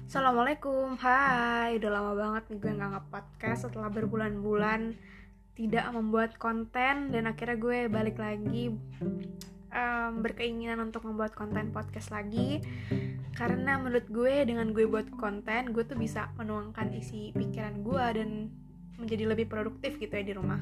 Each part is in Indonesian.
Assalamualaikum, hai. Udah lama banget nih gue gak nge-podcast setelah berbulan-bulan tidak membuat konten. Dan akhirnya gue balik lagi berkeinginan untuk membuat konten podcast lagi. Karena menurut gue dengan gue buat konten, gue tuh bisa menuangkan isi pikiran gue dan menjadi lebih produktif gitu ya di rumah.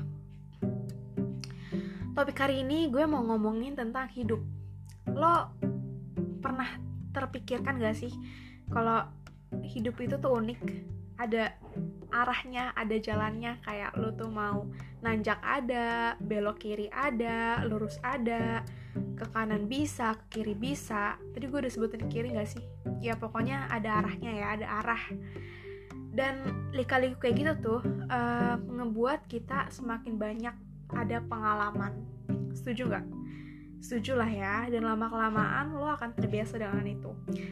Topik hari ini gue mau ngomongin tentang hidup. Lo pernah terpikirkan gak sih kalau hidup itu tuh unik, ada arahnya, ada jalannya, kayak lu tuh mau nanjak ada, belok kiri ada, lurus ada, ke kanan bisa, ke kiri bisa. Tadi gue udah sebutin kiri gak sih? Ya pokoknya ada arahnya ya, ada arah. Dan lika-liku kayak gitu tuh ngebuat kita semakin banyak ada pengalaman. Setuju gak? Setuju lah ya, dan lama-kelamaan lo akan terbiasa dengan itu.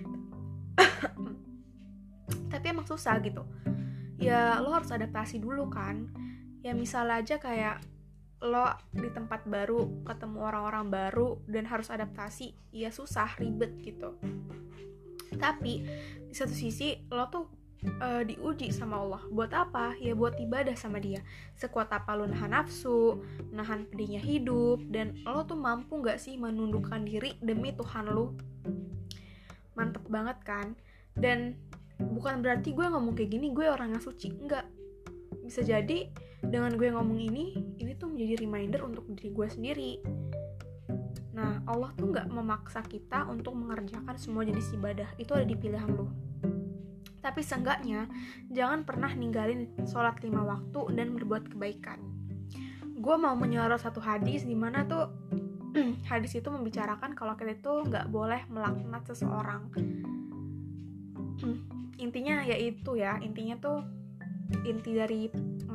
Tapi emang susah gitu. Ya lo harus adaptasi dulu kan. Ya misal aja kayak lo di tempat baru, ketemu orang-orang baru dan harus adaptasi. Ya susah, ribet gitu. Tapi di satu sisi lo tuh diuji sama Allah. Buat apa? Ya buat ibadah sama dia. Sekuat apa lo nahan nafsu, nahan pedihnya hidup, dan lo tuh mampu gak sih menundukkan diri demi Tuhan lo. Mantep banget kan. Dan bukan berarti gue ngomong kayak gini gue orang yang suci, enggak. Bisa jadi dengan gue ngomong ini tuh menjadi reminder untuk diri gue sendiri. Nah, Allah tuh gak memaksa kita untuk mengerjakan semua jenis ibadah. Itu ada di pilihan lo. Tapi seenggaknya jangan pernah ninggalin sholat 5 waktu dan berbuat kebaikan. Gue mau menyorot satu hadis di mana tuh hadis itu membicarakan kalau kita tuh gak boleh melaknat seseorang. Intinya tuh inti dari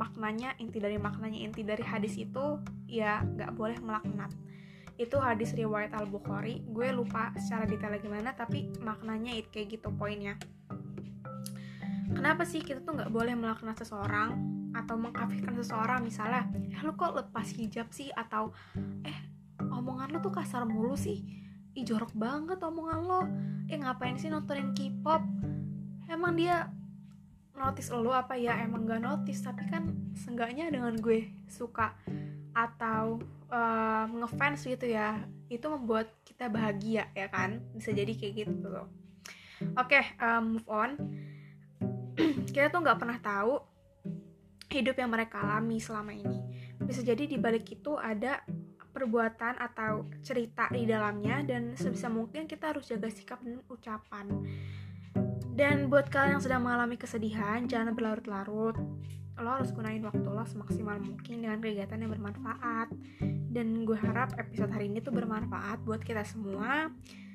hadis itu ya gak boleh melaknat. Itu hadis riwayat Al-Bukhari. Gue lupa secara detail gimana, tapi maknanya kayak gitu poinnya. Kenapa sih kita tuh gak boleh melaknat seseorang atau mengkafirkan seseorang? Misalnya, lu kok lepas hijab sih? Atau omongan lu tuh kasar mulu sih, jorok banget omongan lo, ngapain sih nontonin K-pop? Emang dia notice lo apa ya? Emang gak notice, tapi kan seenggaknya dengan gue suka atau ngefans gitu ya, itu membuat kita bahagia ya kan? Bisa jadi kayak gitu loh. Oke, move on. Kita tuh gak pernah tahu hidup yang mereka alami selama ini. Bisa jadi di balik itu ada perbuatan atau cerita di dalamnya, dan sebisa mungkin kita harus jaga sikap dan ucapan. Dan buat kalian yang sedang mengalami kesedihan, jangan berlarut-larut. Lo harus gunain waktu lo semaksimal mungkin dengan kegiatan yang bermanfaat. Dan gue harap episode hari ini tuh bermanfaat buat kita semua.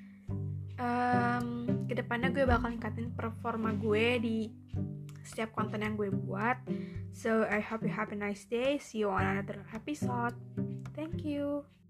Kedepannya gue bakal ningkatin performa gue di setiap konten yang gue buat. So I hope you have a nice day. See you on another episode. Thank you.